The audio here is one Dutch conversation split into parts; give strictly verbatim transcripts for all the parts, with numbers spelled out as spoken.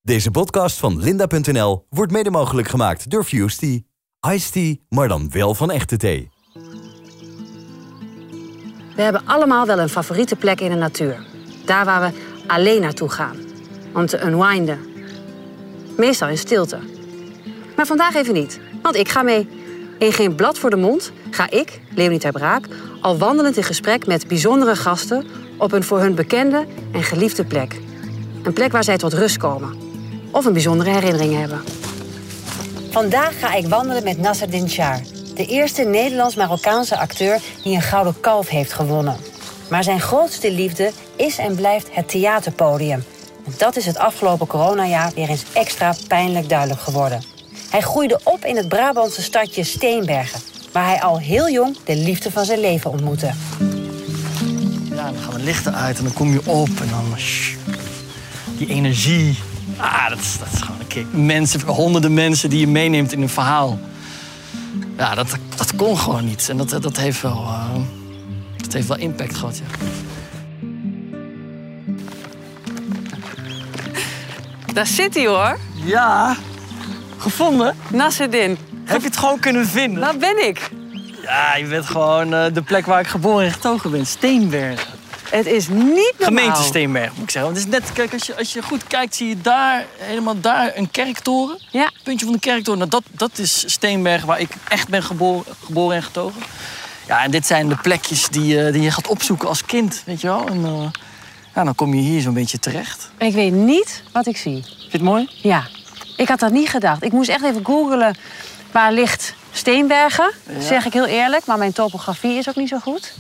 Deze podcast van Linda punt n l wordt mede mogelijk gemaakt door Fusty. Iced tea, maar dan wel van echte thee. We hebben allemaal wel een favoriete plek in de natuur. Daar waar we alleen naartoe gaan. Om te unwinden. Meestal in stilte. Maar vandaag even niet, want ik ga mee. In Geen Blad voor de Mond ga ik, Leonie ter Braak, al wandelend in gesprek met bijzondere gasten op een voor hun bekende en geliefde plek. Een plek waar zij tot rust komen. Of een bijzondere herinnering hebben. Vandaag ga ik wandelen met Nasserdine Char. De eerste Nederlands-Marokkaanse acteur die een Gouden Kalf heeft gewonnen. Maar zijn grootste liefde is en blijft het theaterpodium. En dat is het afgelopen coronajaar weer eens extra pijnlijk duidelijk geworden. Hij groeide op in het Brabantse stadje Steenbergen, waar hij al heel jong de liefde van zijn leven ontmoette. Ja, dan gaan de lichten uit en dan kom je op en dan... Shh, die energie. Ah, dat is, dat is gewoon een kick. Mensen, honderden mensen die je meeneemt in een verhaal. Ja, dat, dat kon gewoon niet. En dat, dat, heeft, wel, uh, dat heeft wel impact gehad, ja. Daar zit hij, hoor. Ja, gevonden. Nasserdine. Heb je het gewoon kunnen vinden? Daar ben ik. Ja, je bent gewoon uh, de plek waar ik geboren en getogen ben. Steenbergen. Het is niet normaal. Gemeente Steenbergen, moet ik zeggen. Want het is net, kijk, als je, als je goed kijkt, zie je daar, helemaal daar, een kerktoren. Ja. Puntje van de kerktoren. Nou, dat, dat is Steenbergen, waar ik echt ben geboren, geboren en getogen. Ja, en dit zijn de plekjes die, uh, die je gaat opzoeken als kind, weet je wel. En uh, ja, dan kom je hier zo'n beetje terecht. Ik weet niet wat ik zie. Vind je het mooi? Ja, ik had dat niet gedacht. Ik moest echt even googlen waar ligt Steenbergen, Ja. zeg ik heel eerlijk. Maar mijn topografie is ook niet zo goed.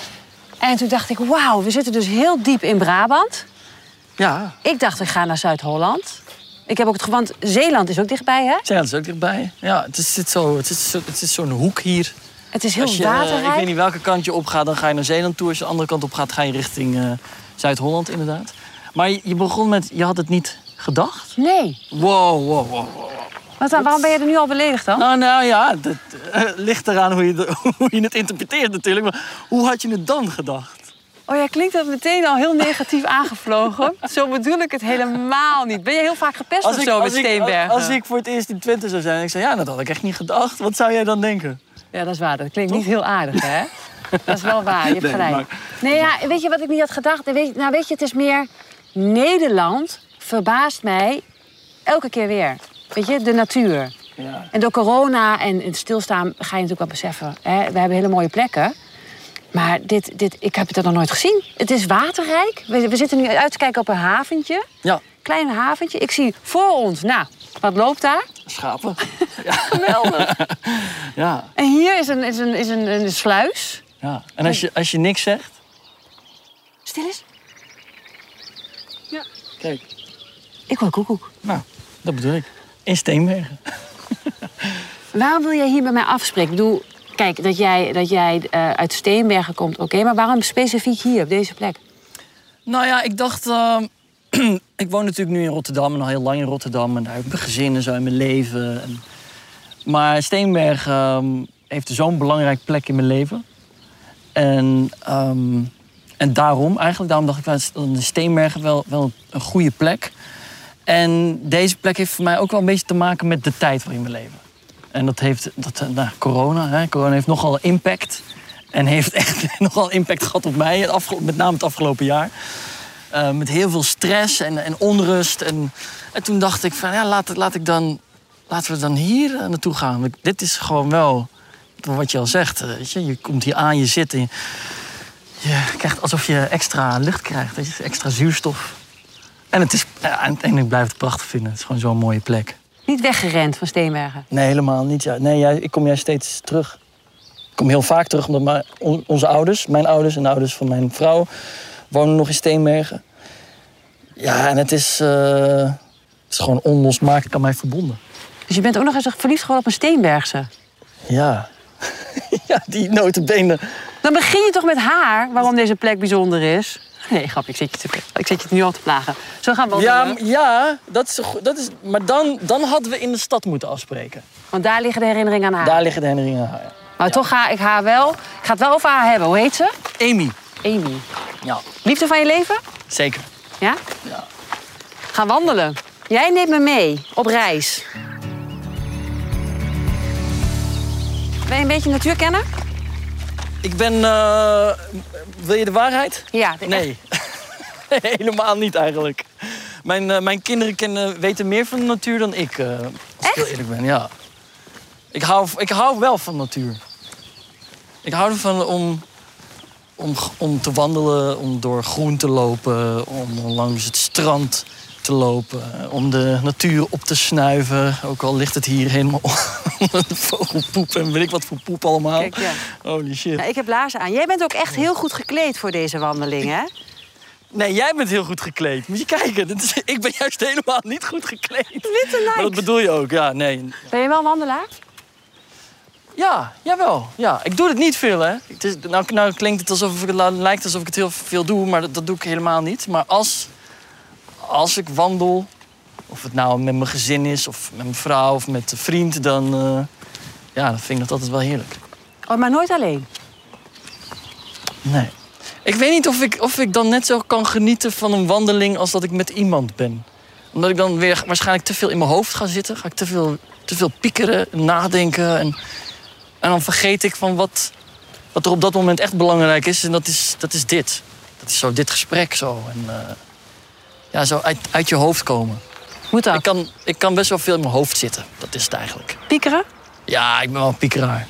En toen dacht ik, wauw, we zitten dus heel diep in Brabant. Ja. Ik dacht, ik ga naar Zuid-Holland. Ik heb ook het geval, want Zeeland is ook dichtbij, hè? Zeeland is ook dichtbij. Ja, het is, zit zo, het is, het is zo'n hoek hier. Het is heel Als je, uh, waterrijk. ik weet niet welke kant je op gaat, dan ga je naar Zeeland toe. Als je de andere kant op gaat, ga je richting uh, Zuid-Holland, inderdaad. Maar je, je begon met, je had het niet gedacht? Nee. Wow, wow, wow, wow. Wat dan, waarom ben je er nu al beledigd dan? Nou, nou ja, het uh, ligt eraan hoe je, de, hoe je het interpreteert natuurlijk. Maar hoe had je het dan gedacht? Oh ja, klinkt dat meteen al heel negatief aangevlogen? Zo bedoel ik het helemaal niet. Ben je heel vaak gepest of zo met Steenbergen? Als, als ik voor het eerst in Twente zou zijn en ik zei, ja, dat had ik echt niet gedacht. Wat zou jij dan denken? Ja, dat is waar. Dat klinkt niet heel aardig, hè? Dat is wel waar, je hebt Nee, gelijk. maar- Nee, ja, weet je wat ik niet had gedacht? Weet je, nou, weet je, het is meer... Nederland verbaast mij elke keer weer. Weet je, de natuur. Ja. En door corona en het stilstaan ga je natuurlijk wel beseffen... Hè, we hebben hele mooie plekken. Maar dit, dit, ik heb het er nog nooit gezien. Het is waterrijk. We, we zitten nu uit te kijken op een haventje. Ja, Klein haventje. Ik zie voor ons, nou, wat loopt daar? schapen. Geweldig. Ja, En hier is een, is een, is een, een sluis. ja. En als je, als je niks zegt, Stil eens. kijk. Ik hoor koekoek. Nou, dat bedoel ik. In Steenbergen. Waarom wil jij hier bij mij afspreken? Ik bedoel, kijk, dat jij, dat jij uh, uit Steenbergen komt, oké. Okay, maar waarom specifiek hier, op deze plek? Nou ja, ik dacht... Uh, ik woon natuurlijk nu in Rotterdam en al heel lang in Rotterdam. En daar heb ik mijn gezin en zo in mijn leven. En, maar Steenbergen um, heeft zo'n belangrijke plek in mijn leven. En, um, en daarom, eigenlijk, daarom dacht ik... wel, de Steenbergen wel, wel een goede plek. En deze plek heeft voor mij ook wel een beetje te maken met de tijd waarin we leven. En dat heeft, dat, nou, corona, hè, corona heeft nogal impact. En heeft echt nogal impact gehad op mij, het afgelo- met name het afgelopen jaar. Uh, met heel veel stress en, en onrust. En, en toen dacht ik van, ja, laat, laat ik dan, laten we dan hier naartoe gaan. Want dit is gewoon wel wat je al zegt. Weet je? Je komt hier aan, je zit en je, je krijgt alsof je extra lucht krijgt. Weet je? Extra zuurstof. En het is, ja, en ik blijf het prachtig vinden. Het is gewoon zo'n mooie plek. Niet weggerend van Steenbergen? Nee, helemaal niet. Ja. Nee, ja, ik kom juist steeds terug. Ik kom heel vaak terug, omdat mijn, on, onze ouders, mijn ouders en de ouders van mijn vrouw, wonen nog in Steenbergen. Ja, en het is, uh, het is gewoon onlosmakelijk aan mij verbonden. Dus je bent ook nog eens verliefd geworden op een Steenbergse? Ja. Ja, die notabene. Dan begin je toch met haar, waarom deze plek bijzonder is? Nee, grapje, ik zit je, te, ik zit je nu al te plagen. Zo gaan we Ja, ja dat is, dat is, maar dan, dan hadden we in de stad moeten afspreken. Want daar liggen de herinneringen aan haar. Daar liggen de herinneringen aan haar, ja. Maar ja. toch ga ik haar wel... Ik ga het wel over haar hebben. Hoe heet ze? Amy. Amy. Ja, Liefde van je leven? zeker. Ja? Ja. Ga wandelen. Jij neemt me mee op reis. Ben je een beetje natuurkenner? Ik ben... Uh, wil je de waarheid? Ja. De nee. Helemaal niet eigenlijk. Mijn, uh, mijn kinderen kennen, weten meer van de natuur dan ik. Uh, als echt? ik heel eerlijk ben, ja. Ik hou, ik hou wel van natuur. Ik hou ervan om, om, om te wandelen, om door groen te lopen, om langs het strand te lopen, om de natuur op te snuiven. Ook al ligt het hier helemaal onder de vogelpoep en weet ik wat voor poep allemaal. Kijk, ja. Holy shit. Ja, ik heb laarzen aan. Jij bent ook echt heel goed gekleed voor deze wandeling, hè? Nee, jij bent heel goed gekleed. Moet je kijken. Dat is, ik ben juist helemaal niet goed gekleed. Witte Nike. Maar dat bedoel je ook, ja, nee. Ben je wel wandelaar? Ja, jawel. Ja, ik doe het niet veel, hè. Het is, nou, nou klinkt het alsof ik het lijkt alsof ik het heel veel doe, maar dat, dat doe ik helemaal niet. Maar als, als ik wandel, of het nou met mijn gezin is, of met mijn vrouw, of met een vriend, dan, uh, ja, dan vind ik dat altijd wel heerlijk. Oh, maar nooit alleen? Nee. Ik weet niet of ik, of ik dan net zo kan genieten van een wandeling als dat ik met iemand ben. Omdat ik dan weer waarschijnlijk te veel in mijn hoofd ga zitten. Ga ik te veel, te veel piekeren, nadenken. En, en dan vergeet ik van wat, wat er op dat moment echt belangrijk is. En dat is, dat is dit. Dat is zo dit gesprek zo. En uh, ja, zo uit, uit je hoofd komen. Moet dat? Ik kan, ik kan best wel veel in mijn hoofd zitten. Dat is het eigenlijk. Piekeren? Ja, ik ben wel een piekeraar.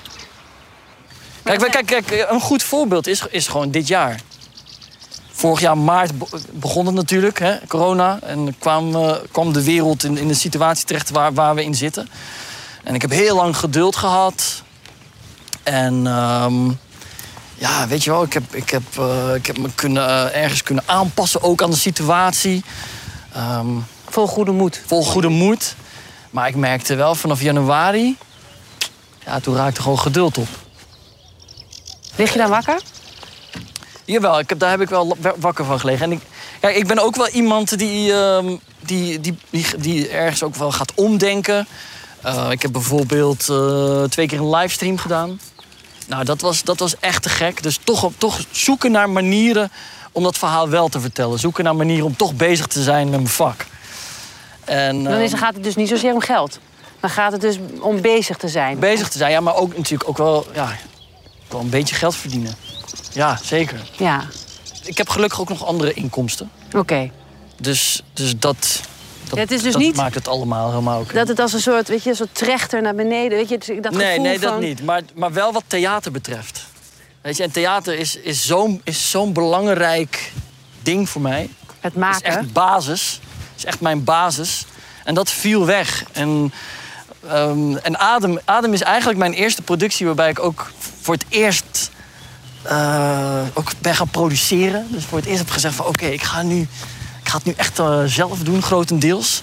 Kijk, kijk, kijk, een goed voorbeeld is, is gewoon dit jaar. Vorig jaar maart begon het natuurlijk, hè, corona. En kwam, uh, kwam de wereld in, in de situatie terecht waar, waar we in zitten. En ik heb heel lang geduld gehad. En um, ja, weet je wel, ik heb, ik heb, uh, ik heb me kunnen, uh, ergens kunnen aanpassen ook aan de situatie. Um, Vol goede moed. Vol goede moed. Maar ik merkte wel vanaf januari, ja, toen raakte gewoon geduld op. Lig je dan wakker? Jawel, ik heb, daar heb ik wel wakker van gelegen. En ik, kijk, ik ben ook wel iemand die, uh, die, die, die, die ergens ook wel gaat omdenken. Uh, ik heb bijvoorbeeld uh, twee keer een livestream gedaan. Nou, dat was, dat was echt te gek. Dus toch, toch zoeken naar manieren om dat verhaal wel te vertellen. Zoeken naar manieren om toch bezig te zijn met mijn vak. En, uh, dan is, gaat het dus niet zozeer om geld. Dan gaat het dus om bezig te zijn. Bezig te zijn, ja, maar ook natuurlijk ook wel, ja, wel een beetje geld verdienen. Ja, zeker. Ja. Ik heb gelukkig ook nog andere inkomsten. Oké. Okay. Dus, dus dat, dat, ja, het is dus dat niet maakt het allemaal helemaal oké. Dat het als een soort, weet je, een soort trechter naar beneden. Weet je, dat nee, gevoel nee, van... dat niet. Maar, maar wel wat theater betreft. Weet je, en theater is, is zo'n is zo'n belangrijk ding voor mij. Het maken. Het is echt basis. Het is echt mijn basis. En dat viel weg. En, um, en Adem, Adem is eigenlijk mijn eerste productie waarbij ik ook voor het eerst uh, ook ben gaan produceren. Dus voor het eerst heb gezegd van oké, okay, ik ga nu, ik ga het nu echt uh, zelf doen, grotendeels.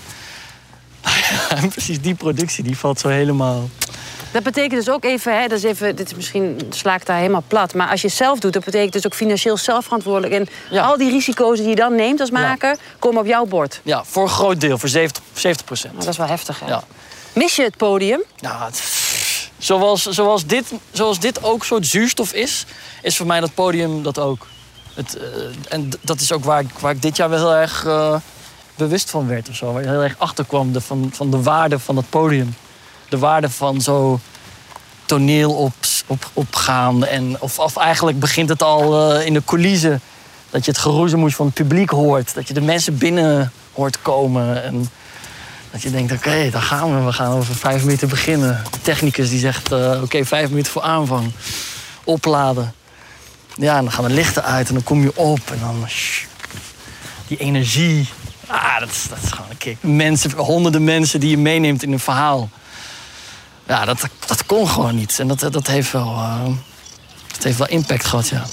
En precies die productie, die valt zo helemaal... Dat betekent dus ook even, hè, dat is even, dit is misschien sla ik daar helemaal plat, maar als je het zelf doet, dat betekent dus ook financieel zelfverantwoordelijk. En ja. al die risico's die je dan neemt als maker, ja. komen op jouw bord. Ja, voor een groot deel, voor zeventig procent. Nou, dat is wel heftig, hè? Ja. Mis je het podium? Ja, het, zoals, zoals, dit, zoals dit ook soort zuurstof is, is voor mij dat podium dat ook. Het, uh, en dat is ook waar ik, waar ik dit jaar wel heel erg uh, bewust van werd of zo. Waar ik heel erg achter kwam de, van, van de waarde van dat podium. De waarde van zo toneel op, op, opgaan. En, of, of eigenlijk begint het al uh, in de coulissen. Dat je het geroezemoes van het publiek hoort. Dat je de mensen binnen hoort komen. En dat je denkt, oké, okay, daar gaan we. We gaan over vijf minuten beginnen. De technicus die zegt, uh, oké, okay, vijf minuten voor aanvang. Opladen. Ja, en dan gaan de lichten uit en dan kom je op. En dan shh, die energie. Ah, dat is, dat is gewoon een kick. Mensen, honderden mensen die je meeneemt in een verhaal. Ja, dat, dat kon gewoon niet. En dat, dat, heeft wel, uh, dat heeft wel impact gehad, ja.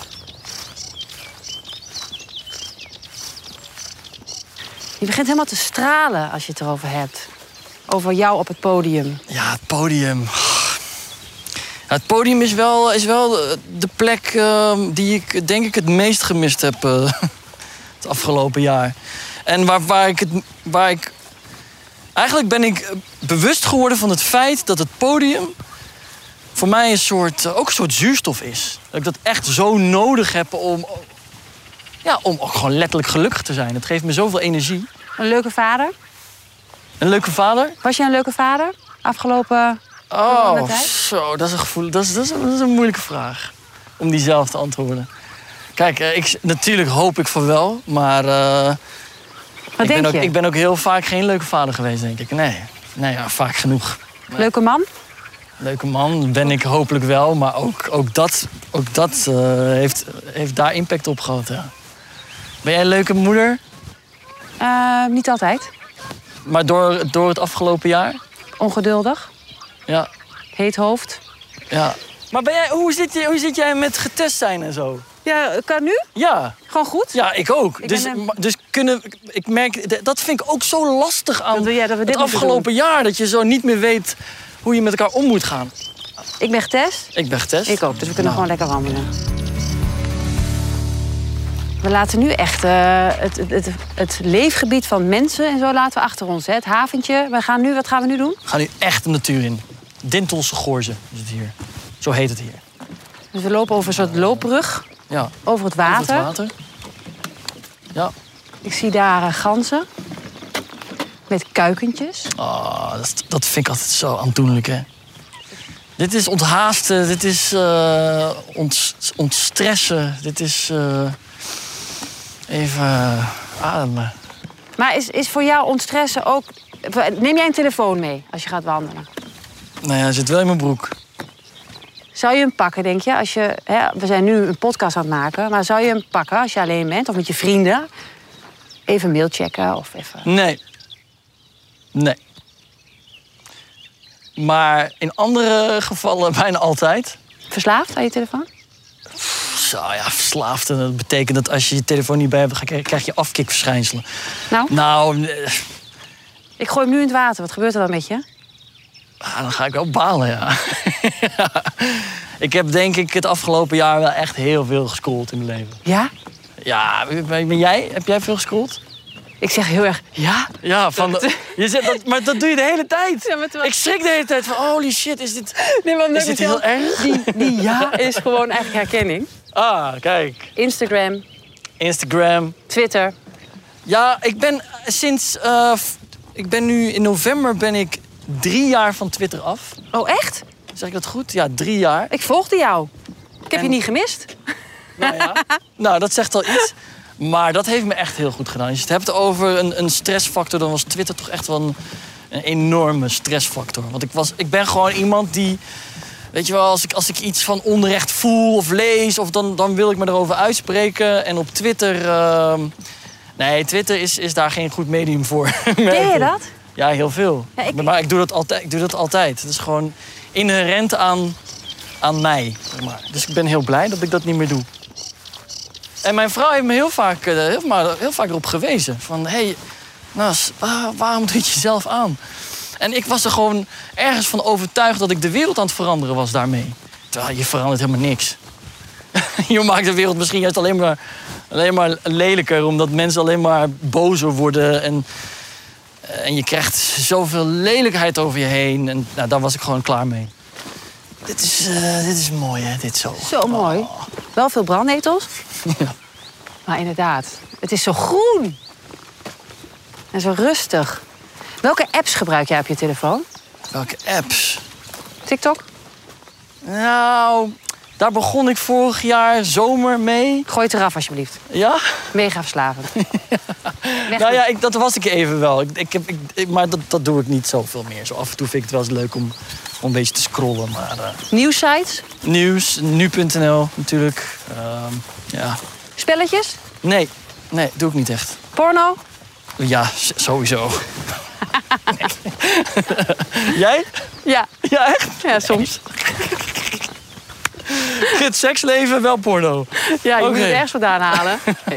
Je begint helemaal te stralen als je het erover hebt. Over jou op het podium. Ja, het podium. Ja, het podium is wel, is wel de plek uh, die ik denk ik het meest gemist heb uh, het afgelopen jaar. En waar, waar ik het... Waar ik, Eigenlijk ben ik bewust geworden van het feit dat het podium voor mij een soort, ook een soort zuurstof is. Dat ik dat echt zo nodig heb om, ja, om ook gewoon letterlijk gelukkig te zijn. Het geeft me zoveel energie. Een leuke vader? Een leuke vader? Was jij een leuke vader afgelopen Oh, coronatijd? zo, dat is een gevoel. Dat is, dat, is, dat is een moeilijke vraag. Om die zelf te antwoorden. Kijk, eh, ik, natuurlijk hoop ik van wel, maar... Uh, Wat ik denk ben ook, je? Ik ben ook heel vaak geen leuke vader geweest, denk ik. Nee, nee ja, vaak genoeg. Nee. Leuke man? Leuke man ben ik hopelijk wel, maar ook, ook dat, ook dat uh, heeft, heeft daar impact op gehad. Ja. Ben jij een leuke moeder? Uh, niet altijd. Maar door, door het afgelopen jaar? Ongeduldig. Ja. Heet hoofd. Ja. Maar ben jij, hoe, zit je, hoe zit jij met getest zijn en zo? Ja, kan nu? Ja. Gewoon goed? Ja, ik ook. Ik dus, ben, uh... dus kunnen, ik merk, dat vind ik ook zo lastig aan dat wil jij, dat we dit het afgelopen jaar. Dat je zo niet meer weet hoe je met elkaar om moet gaan. Ik ben getest. Ik ben getest. Ik ook, dus we kunnen nou. gewoon lekker wandelen. We laten nu echt uh, het, het, het, het leefgebied van mensen en zo laten we achter ons. Hè. Het haventje. We gaan nu, wat gaan we nu doen? We gaan nu echt de natuur in. Dintelse Goorzen is het hier. Zo heet het hier. Dus we lopen over een soort loopbrug. Ja. Over het water. Over het water. Ja. Ik zie daar uh, ganzen. Met kuikentjes. Oh, dat, dat vind ik altijd zo aandoenlijk, hè. Dit is onthaasten, dit is uh, ont, ontstressen, dit is uh, even uh, ademen. Maar is, is voor jou ontstressen ook... Neem jij een telefoon mee als je gaat wandelen? Nou ja, hij zit wel in mijn broek. Zou je hem pakken, denk je? Als je, hè, we zijn nu een podcast aan het maken, maar zou je hem pakken als je alleen bent of met je vrienden? Even een mail checken of even... Nee. Nee. Maar in andere gevallen bijna altijd. Verslaafd aan je telefoon? Zo ja, verslaafd. En dat betekent dat als je je telefoon niet bij hebt, krijg je afkikverschijnselen. Nou? Nou... Ik gooi hem nu in het water. Wat gebeurt er dan met je? Ah, dan ga ik wel balen, ja. Ja. Ik heb denk ik het afgelopen jaar wel echt heel veel gescrolld in mijn leven. Ja? Ja, ben jij? Heb jij veel gescrolld? Ik zeg heel erg ja. Ja, van de, je zegt dat, maar dat doe je de hele tijd. Ja, maar terwijl... Ik schrik de hele tijd van, holy shit, is dit, nee, maar is dit heel erg? Die, die ja is gewoon eigenlijk herkenning. Ah, kijk. Instagram. Instagram. Twitter. Ja, ik ben sinds... Uh, ik ben nu in november ben ik drie jaar van Twitter af. Oh, echt? Zeg ik dat goed? Ja, drie jaar. Ik volgde jou. Ik heb en... je niet gemist. Nou ja. Nou, dat zegt al iets. Maar dat heeft me echt heel goed gedaan. Als je het hebt over een, een stressfactor, dan was Twitter toch echt wel een, een enorme stressfactor. Want ik, was, ik ben gewoon iemand die... Weet je wel, als ik, als ik iets van onrecht voel of lees, of dan, dan wil ik me erover uitspreken. En op Twitter... Uh, nee, Twitter is, is daar geen goed medium voor. Deed je dat? Ja, heel veel. Ja, ik... Maar ik doe dat altijd. Ik doe dat altijd. Het is gewoon inherent aan, aan mij. Zeg maar. Dus ik ben heel blij dat ik dat niet meer doe. En mijn vrouw heeft me heel vaak, heel, maar, heel vaak erop gewezen. Van, hé, hey, nou, waarom doe je het jezelf aan? En ik was er gewoon ergens van overtuigd dat ik de wereld aan het veranderen was daarmee. Terwijl je verandert helemaal niks. Je maakt de wereld misschien juist alleen maar, alleen maar lelijker, omdat mensen alleen maar bozer worden. En, en je krijgt zoveel lelijkheid over je heen. En nou, daar was ik gewoon klaar mee. Dit is, uh, dit is mooi, hè? Dit zo. Zo mooi. Oh. Wel veel brandnetels. Ja. Maar inderdaad, het is zo groen. En zo rustig. Welke apps gebruik jij op je telefoon? Welke apps? TikTok? Nou, daar begon ik vorig jaar zomer mee. Gooi het eraf, alsjeblieft. Ja? Mega verslavend. Ja. Nou ja, ik, dat was ik even wel. Ik, ik heb, ik, maar dat, dat doe ik niet zoveel meer. Zo af en toe vind ik het wel eens leuk om, om een beetje te scrollen. Maar, uh... Nieuwsites? Nieuws, nu punt n l natuurlijk. Uh, ja. Spelletjes? Nee, nee, doe ik niet echt. Porno? Ja, sowieso. Jij? Ja. Ja, echt? Ja, soms. Het seksleven, wel porno. Ja, je okay. moet het ergens vandaan halen.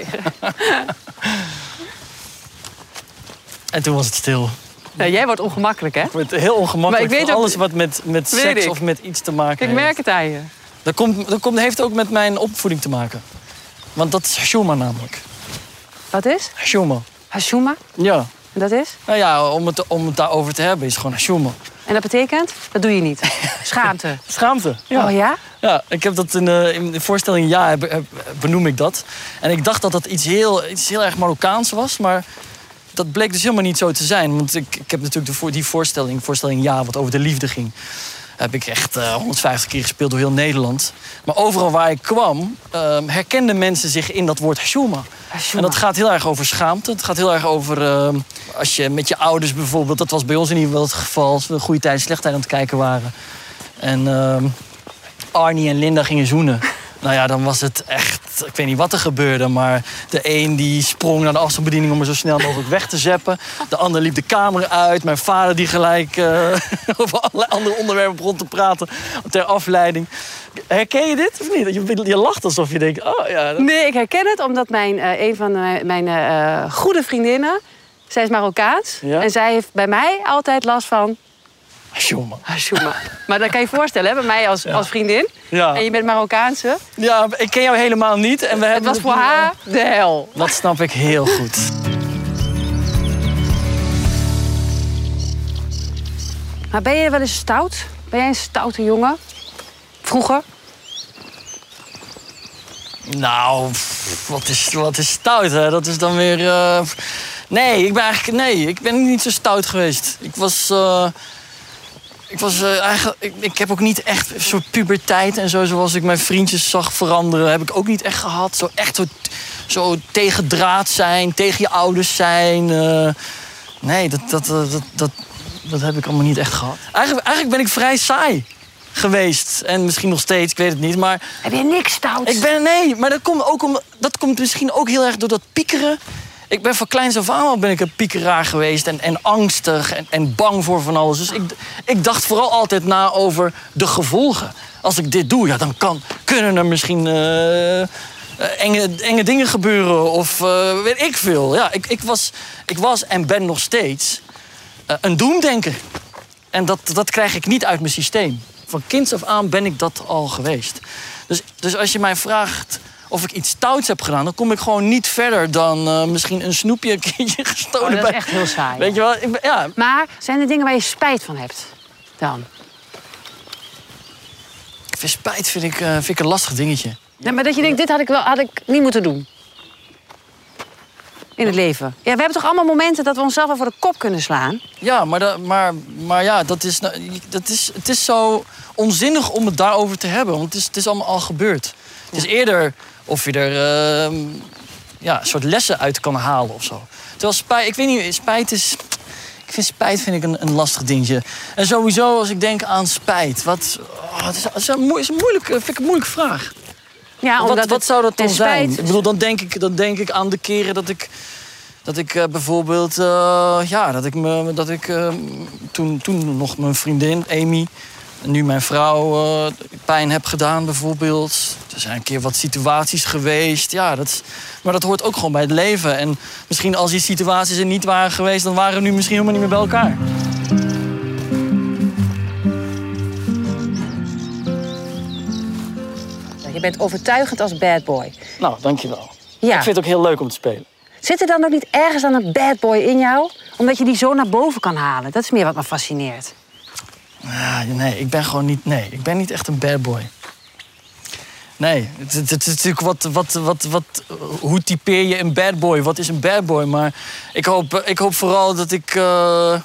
En toen was het stil. Ja, jij wordt ongemakkelijk, hè? Ik word heel ongemakkelijk maar ik weet voor ook... alles wat met, met seks ik. of met iets te maken ik heeft. Ik merk het aan je. Dat, komt, dat komt, heeft ook met mijn opvoeding te maken. Want dat is hashuma namelijk. Wat is? Hashuma. Hashuma? Ja. En dat is? Nou ja, om het, om het daarover te hebben is gewoon hashuma. En dat betekent? Dat doe je niet. Schaamte. Schaamte, ja. Oh ja? Ja, ik heb dat in, uh, in de voorstelling Ja benoem ik dat. En ik dacht dat dat iets heel, iets heel erg Marokkaans was, maar dat bleek dus helemaal niet zo te zijn. Want ik, ik heb natuurlijk de voor, die voorstelling, voorstelling Ja, wat over de liefde ging... heb ik echt uh, honderdvijftig keer gespeeld door heel Nederland. Maar overal waar ik kwam, uh, herkenden mensen zich in dat woord Hashuma. En dat gaat heel erg over schaamte. Het gaat heel erg over uh, als je met je ouders bijvoorbeeld... dat was bij ons in ieder geval het geval... als we een goede tijd en slechte tijd aan het kijken waren. En uh, Arnie en Linda gingen zoenen. Nou ja, dan was het echt... Ik weet niet wat er gebeurde, maar de een die sprong naar de afstandsbediening... om er zo snel mogelijk weg te zeppen. De ander liep de kamer uit. Mijn vader die gelijk uh, over allerlei andere onderwerpen begon te praten... ter afleiding. Herken je dit of niet? Je, je lacht alsof je denkt... Oh, ja, dat... Nee, ik herken het omdat mijn, uh, een van mijn, mijn uh, goede vriendinnen... zij is Marokkaans. Ja? En zij heeft bij mij altijd last van... Hashuma. Hashuma. Maar dat kan je je voorstellen, hè, bij mij als, ja. als vriendin. Ja. En je bent Marokkaanse. Ja, ik ken jou helemaal niet. En we het was voor haar de hel. Dat snap ik heel goed. Maar ben je wel eens stout? Ben jij een stoute jongen? Vroeger? Nou, wat is, wat is stout, hè? Dat is dan weer... Uh... Nee, ik ben eigenlijk... Nee, ik ben niet zo stout geweest. Ik was... Uh... Ik, was, uh, eigenlijk, ik, ik heb ook niet echt een soort puberteit en zo... zoals ik mijn vriendjes zag veranderen... heb ik ook niet echt gehad. Zo echt zo, zo tegen draad zijn, tegen je ouders zijn. Uh, nee, dat, dat, dat, dat, dat, dat heb ik allemaal niet echt gehad. Eigenlijk, eigenlijk ben ik vrij saai geweest. En misschien nog steeds, ik weet het niet, maar... Heb je niks stout? Ik ben, nee, maar dat komt, ook om, dat komt misschien ook heel erg door dat piekeren... Ik ben van kleins af aan al ben ik een piekeraar geweest en, en angstig en, en bang voor van alles. Dus ik, ik dacht vooral altijd na over de gevolgen. Als ik dit doe, ja, dan kan, kunnen er misschien uh, enge, enge dingen gebeuren of uh, weet ik veel. Ja, ik, ik, was, ik was en ben nog steeds uh, een doemdenker. En dat, dat krijg ik niet uit mijn systeem. Van kinds af aan ben ik dat al geweest. Dus, dus als je mij vraagt... of ik iets stouts heb gedaan, dan kom ik gewoon niet verder dan uh, misschien een snoepje een keertje gestolen. Oh, dat is bij... echt heel saai. Weet je wel? Ik ben, ja. Maar zijn er dingen waar je spijt van hebt dan? Ik vind spijt vind ik, uh, vind ik een lastig dingetje. Ja, maar dat je denkt, dit had ik, wel, had ik niet moeten doen. In het leven. Ja, we hebben toch allemaal momenten dat we onszelf wel voor de kop kunnen slaan? Ja, maar, da, maar, maar ja, dat is, dat is, het is zo onzinnig om het daarover te hebben. Want het is, het is allemaal al gebeurd. Het is eerder of je er uh, ja, een soort lessen uit kan halen of zo. Terwijl spijt, ik weet niet, spijt is... Ik vind spijt vind ik een, een lastig dingetje. En sowieso als ik denk aan spijt, wat... Oh, het is, het is, een, is een moeilijk, vind ik een moeilijke vraag. Ja, omdat wat, wat zou dat dan spijt... zijn? Ik bedoel, dan denk ik, dan denk ik aan de keren dat ik... Dat ik uh, bijvoorbeeld... Uh, ja, dat ik, me, dat ik uh, toen, toen nog mijn vriendin, Amy... nu mijn vrouw uh, pijn heb gedaan bijvoorbeeld. Er zijn een keer wat situaties geweest. Ja, dat, maar dat hoort ook gewoon bij het leven. En misschien als die situaties er niet waren geweest... dan waren we nu misschien helemaal niet meer bij elkaar. Je bent overtuigend als bad boy. Nou, dankjewel. Ja. Ik vind het ook heel leuk om te spelen. Zit er dan ook niet ergens dan een bad boy in jou? Omdat je die zo naar boven kan halen. Dat is meer wat me fascineert. Ja, nee, ik ben gewoon niet... Nee, ik ben niet echt een bad boy. Nee, het, het, het is natuurlijk wat, wat, wat, wat... Hoe typeer je een bad boy? Wat is een bad boy? Maar ik hoop, ik hoop vooral dat ik... Uh,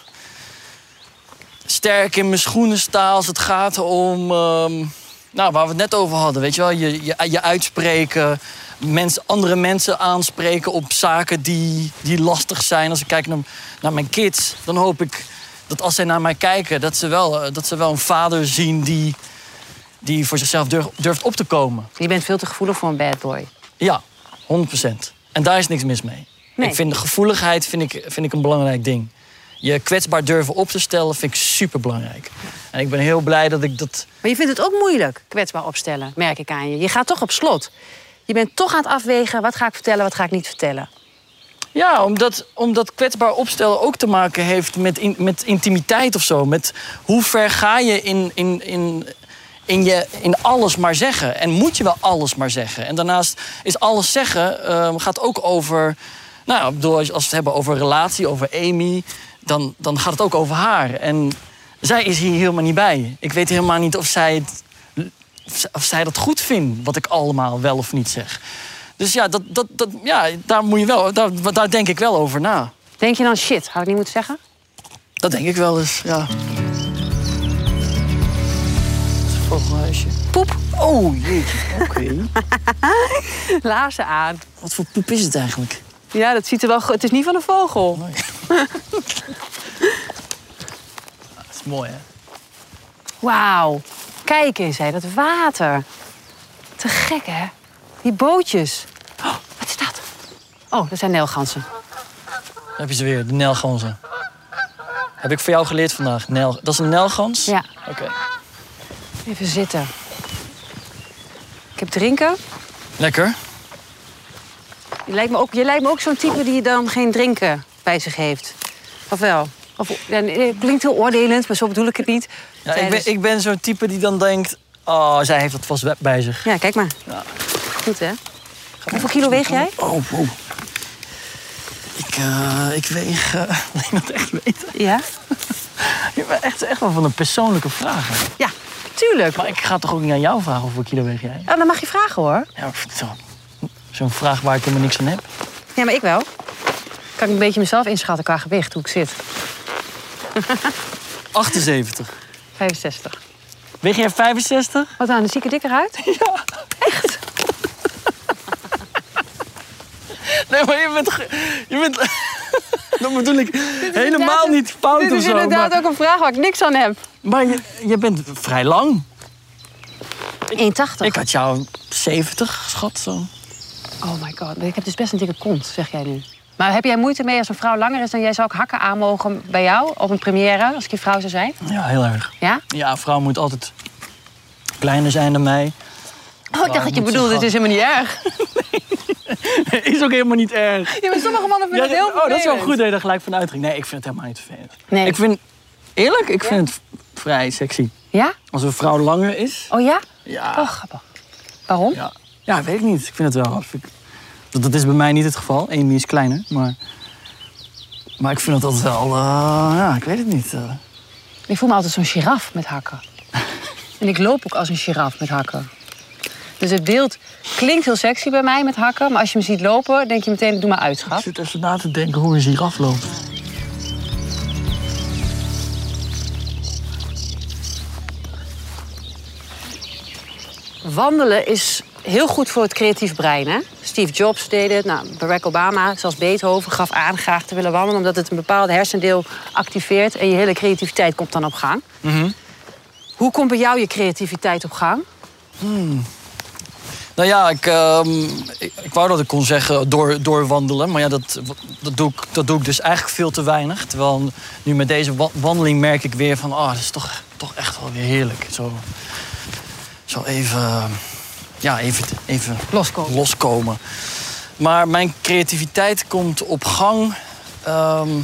sterk in mijn schoenen sta als het gaat om... Uh, nou, waar we het net over hadden, weet je wel? Je, je, je uitspreken... Mensen, andere mensen aanspreken op zaken die, die lastig zijn. Als ik kijk naar, naar mijn kids, dan hoop ik... dat als zij naar mij kijken, dat ze wel, dat ze wel een vader zien die, die voor zichzelf durf, durft op te komen. Je bent veel te gevoelig voor een bad boy. Ja, honderd procent. En daar is niks mis mee. Nee. Ik vind de gevoeligheid vind ik, vind ik een belangrijk ding. Je kwetsbaar durven op te stellen vind ik superbelangrijk. En ik ben heel blij dat ik dat... Maar je vindt het ook moeilijk, kwetsbaar opstellen, merk ik aan je. Je gaat toch op slot. Je bent toch aan het afwegen, wat ga ik vertellen, wat ga ik niet vertellen. Ja, omdat, omdat kwetsbaar opstellen ook te maken heeft met, in, met intimiteit of zo. Met hoe ver ga je in, in, in, in, je, in alles maar zeggen. En moet je wel alles maar zeggen. En daarnaast is alles zeggen uh, gaat ook over... Nou, ik bedoel, als we het hebben over relatie, over Amy... Dan, dan gaat het ook over haar. En zij is hier helemaal niet bij. Ik weet helemaal niet of zij, het, of zij dat goed vindt... wat ik allemaal wel of niet zeg. Dus ja, dat, dat, dat, ja daar, moet je wel, daar, daar denk ik wel over na. Denk je dan, shit, had ik niet moeten zeggen? Dat denk ik wel eens, ja. Vogelhuisje. Poep. Oh, jeetje. Oké. Okay. Laarzen aan. Wat voor poep is het eigenlijk? Ja, dat ziet er wel goed. Het is niet van een vogel. Nee. Dat is mooi, hè? Wauw. Kijk eens, hè, dat water. Te gek, hè? Die bootjes. Oh, wat is dat? Oh, dat zijn nijlganzen. Daar heb je ze weer, de nijlganzen. Heb ik voor jou geleerd vandaag. Nijl... Dat is een nijlgans? Ja. Oké. Okay. Even zitten. Ik heb drinken. Lekker. Je lijkt me ook, je lijkt me ook zo'n type die dan geen drinken bij zich heeft. Of wel? Of, ja, het klinkt heel oordelend, maar zo bedoel ik het niet. Ja, ik ben, ik ben zo'n type die dan denkt... Oh, zij heeft dat vast bij zich. Ja, kijk maar. Ja. Goed, hè? Hoeveel kilo weeg jij? Oh, oh. Ik, uh, ik weeg... Uh, wil je dat echt weten? Ja? Je bent echt, echt wel van een persoonlijke vragen. Ja, tuurlijk. Maar ik ga toch ook niet aan jou vragen hoeveel kilo weeg jij? Oh, dan mag je vragen, hoor. Ja, maar zo, zo'n vraag waar ik helemaal niks aan heb. Ja, maar ik wel. Kan ik een beetje mezelf inschatten qua gewicht, hoe ik zit. achtenzeventig. vijfenzestig. Weeg jij vijfenzestig? Wat dan, zie ik er dikker uit? Ja. Echt? Nee, maar je bent... Je bent dat bedoel ik helemaal niet fout of zo. Dit is inderdaad maar, ook een vraag waar ik niks aan heb. Maar je, je bent vrij lang. één tachtig. Ik had jou zeventig, schat, zo. Oh my god, ik heb dus best een dikke kont, zeg jij nu. Maar heb jij moeite mee als een vrouw langer is dan jij? Zou ik hakken aanmogen bij jou op een première, als ik je vrouw zou zijn? Ja, heel erg. Ja? Ja, een vrouw moet altijd kleiner zijn dan mij. Oh, ik dacht dat je bedoelde, het is helemaal niet erg. Nee, is ook helemaal niet erg. Ja, maar sommige mannen vinden Ja, het heel oh, dat is wel vervelend. goed dat je er gelijk van uitging. Nee, ik vind het helemaal niet vervelend. Nee. Ik vind, eerlijk, ik vind het vrij sexy. Ja? Als een vrouw langer is. Oh ja? Ja. Oh, grappig. Waarom? Ja, ja weet ik niet. Ik vind het wel. Ik, dat, dat is bij mij niet het geval. Amy is kleiner, maar... Maar ik vind het altijd wel... Uh, ja, ik weet het niet. Uh. Ik voel me altijd zo'n giraf met hakken. En ik loop ook als een giraf met hakken. Dus het beeld klinkt heel sexy bij mij met hakken. Maar als je me ziet lopen, denk je meteen, doe maar uit, schat. Ik zit even na te denken hoe een giraf loopt. Wandelen is heel goed voor het creatief brein, hè? Steve Jobs deed het, nou, Barack Obama, zelfs Beethoven gaf aan graag te willen wandelen... omdat het een bepaald hersendeel activeert en je hele creativiteit komt dan op gang. Mm-hmm. Hoe komt bij jou je creativiteit op gang? Hmm. Nou ja, ik, uh, ik, ik wou dat ik kon zeggen door, door wandelen. Maar ja, dat, dat, doe ik, dat doe ik dus eigenlijk veel te weinig. Terwijl nu met deze wandeling merk ik weer van... oh, dat is toch, toch echt wel weer heerlijk. Zo, zo even... Ja, even, even loskomen. loskomen. Maar mijn creativiteit komt op gang... Um,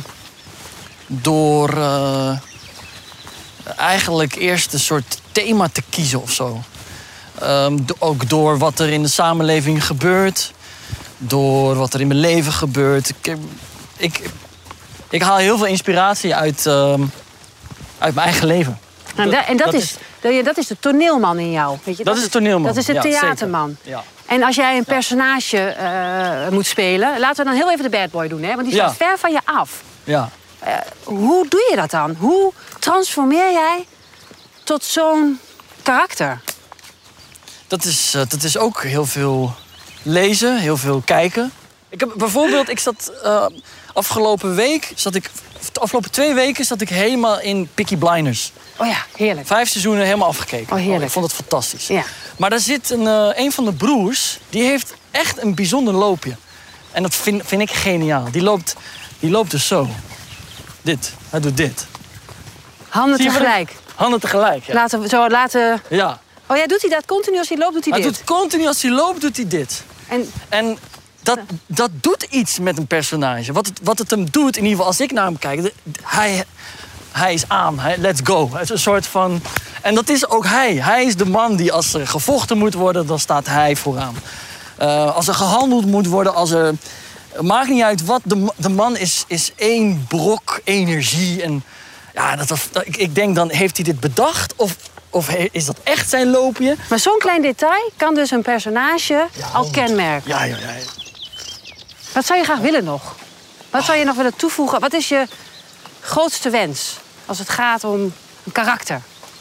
door uh, eigenlijk eerst een soort thema te kiezen of zo. Um, ook door wat er in de samenleving gebeurt. Door wat er in mijn leven gebeurt. Ik, ik, ik haal heel veel inspiratie uit, um, uit mijn eigen leven. Nou, dat, en dat, dat, is, is, dat is de toneelman in jou. Weet je? Dat, dat is de toneelman. Dat is de ja, theaterman. Ja. En als jij een personage uh, moet spelen... laten we dan heel even de bad boy doen, hè? Want die staat ja. ver van je af. Ja. Uh, hoe doe je dat dan? Hoe transformeer jij tot zo'n karakter? Dat is, uh, dat is ook heel veel lezen, heel veel kijken. Ik heb bijvoorbeeld, ik zat uh, afgelopen week, zat ik, de afgelopen twee weken zat ik helemaal in Peaky Blinders. Oh ja, heerlijk. Vijf seizoenen helemaal afgekeken. Oh, heerlijk. Oh, ik vond het fantastisch. Ja. Maar daar zit een, uh, een van de broers, die heeft echt een bijzonder loopje. En dat vind, vind ik geniaal. Die loopt, die loopt dus zo. Dit, hij doet dit. Handen tegelijk. Handen tegelijk, ja. Laten we zo laten... Ja. Oh ja, doet hij dat continu als hij loopt, doet hij, hij dit? Doet continu als hij loopt, doet hij dit. En, en dat, dat doet iets met een personage. Wat het, wat het hem doet, in ieder geval als ik naar hem kijk... De, hij, hij is aan, hij, let's go. Het is een soort van... En dat is ook hij. Hij is de man die als er gevochten moet worden, dan staat hij vooraan. Uh, als er gehandeld moet worden, als er... Maakt niet uit wat, de, de man is, is één brok energie. En ja, dat, dat, ik, ik denk dan, heeft hij dit bedacht? Of, of is dat echt zijn loopje? Maar zo'n klein detail kan dus een personage ja, al kenmerken. Ja, ja, ja. Wat zou je graag willen nog? Wat zou je nog willen toevoegen? Wat is je grootste wens als het gaat om een karakter?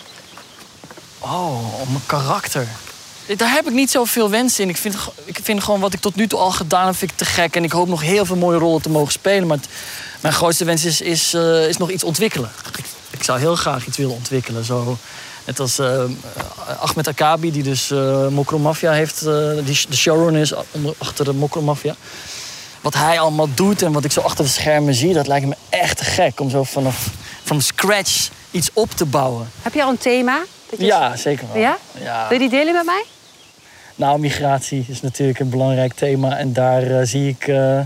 Oh, om mijn karakter. Daar heb ik niet zoveel wensen in. Ik vind, ik vind gewoon wat ik tot nu toe al gedaan heb, vind ik te gek. En ik hoop nog heel veel mooie rollen te mogen spelen. Maar het, mijn grootste wens is, is, uh, is nog iets ontwikkelen. Ik, ik zou heel graag iets willen ontwikkelen. Zo, net als uh, Ahmed Akabi, die dus uh, Mokro Mafia heeft. Uh, die de showrunner is onder, achter de Mokro Mafia. Wat hij allemaal doet en wat ik zo achter de schermen zie, dat lijkt me echt te gek. Om zo vanaf van scratch iets op te bouwen. Heb je al een thema? Dat je Ja, zeker wel. Ja? Ja. Wil je die delen met mij? Nou, migratie is natuurlijk een belangrijk thema. En daar, uh, zie, ik, uh,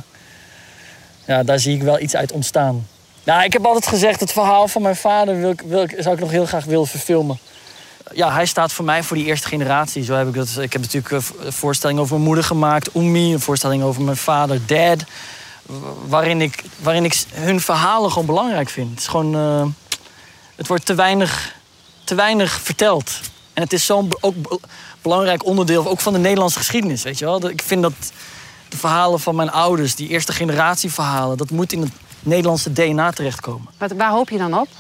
ja, daar zie ik wel iets uit ontstaan. Nou, ik heb altijd gezegd, het verhaal van mijn vader wil ik, wil ik, zou ik nog heel graag willen verfilmen. Ja, hij staat voor mij voor die eerste generatie. Zo heb ik, dat, ik heb natuurlijk een voorstelling over mijn moeder gemaakt, Oemi. Een voorstelling over mijn vader, Dad. Waarin ik, waarin ik hun verhalen gewoon belangrijk vind. Het is gewoon, uh, het wordt te weinig, te weinig verteld. En het is zo'n ook belangrijk onderdeel ook van de Nederlandse geschiedenis, weet je wel. Ik vind dat de verhalen van mijn ouders, die eerste generatie verhalen, dat moet in het Nederlandse D N A terechtkomen. Wat, waar hoop je dan op?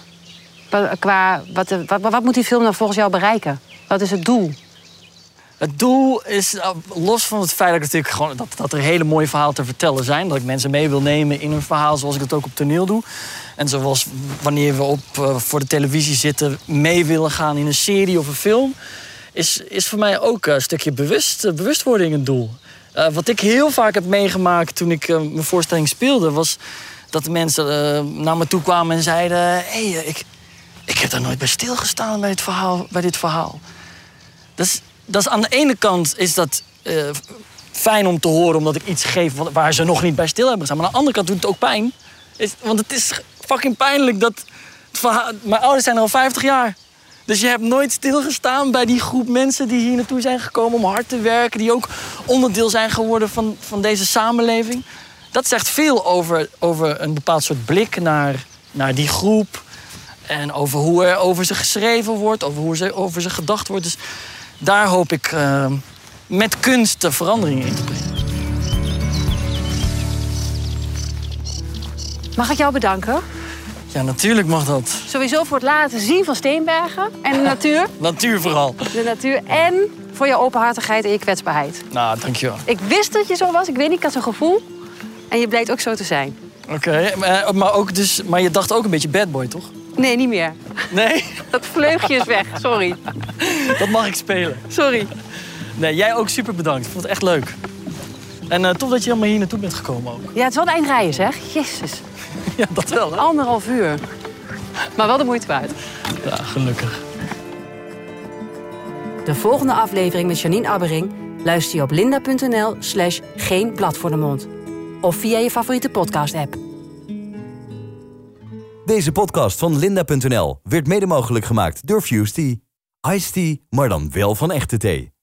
Qua, wat, wat, wat moet die film dan volgens jou bereiken? Wat is het doel? Het doel is, los van het feit dat, ik natuurlijk gewoon, dat, dat er hele mooie verhalen te vertellen zijn, dat ik mensen mee wil nemen in een verhaal zoals ik dat ook op toneel doe. En zoals wanneer we op, uh, voor de televisie zitten mee willen gaan in een serie of een film, is, is voor mij ook een stukje bewust, uh, bewustwording het doel. Uh, wat ik heel vaak heb meegemaakt toen ik uh, mijn voorstelling speelde, was dat de mensen uh, naar me toe kwamen en zeiden: hé, hey, ik, ik heb daar nooit bij stilgestaan bij dit verhaal. Bij dit verhaal. Dat is, dat is aan de ene kant is dat uh, fijn om te horen, omdat ik iets geef waar ze nog niet bij stil hebben gestaan. Maar aan de andere kant doet het ook pijn. Is, want het is fucking pijnlijk dat het verhaal, mijn ouders zijn er al vijftig jaar. Dus je hebt nooit stilgestaan bij die groep mensen die hier naartoe zijn gekomen om hard te werken, die ook onderdeel zijn geworden van, van deze samenleving. Dat zegt veel over, over een bepaald soort blik naar, naar die groep. En over hoe er over ze geschreven wordt, over hoe er over ze gedacht wordt. Dus daar hoop ik uh, met kunst de verandering in te brengen. Mag ik jou bedanken? Ja, natuurlijk mag dat. Sowieso voor het laten zien van Steenbergen en de natuur. Natuur vooral. De natuur en voor je openhartigheid en je kwetsbaarheid. Nou, dankjewel. Ik wist dat je zo was, ik weet niet, ik had zo'n gevoel. En je blijkt ook zo te zijn. Oké, okay, maar, maar, ook dus, maar je dacht ook een beetje bad boy, toch? Nee, niet meer. Nee? Dat vleugje is weg, sorry. Dat mag ik spelen. Sorry. Nee, jij ook super bedankt. Ik vond het echt leuk. En uh, tof dat je helemaal hier naartoe bent gekomen ook. Ja, het is wel een eind rijden, zeg. Jezus. Ja, dat wel, hè? Anderhalf uur. Maar wel de moeite waard. Ja, gelukkig. De volgende aflevering met Janine Abbering luister je op linda.nl slash geen blad voor de mond. Of via je favoriete podcast-app. Deze podcast van linda punt n l werd mede mogelijk gemaakt door Fusty. Iced tea, maar dan wel van echte thee.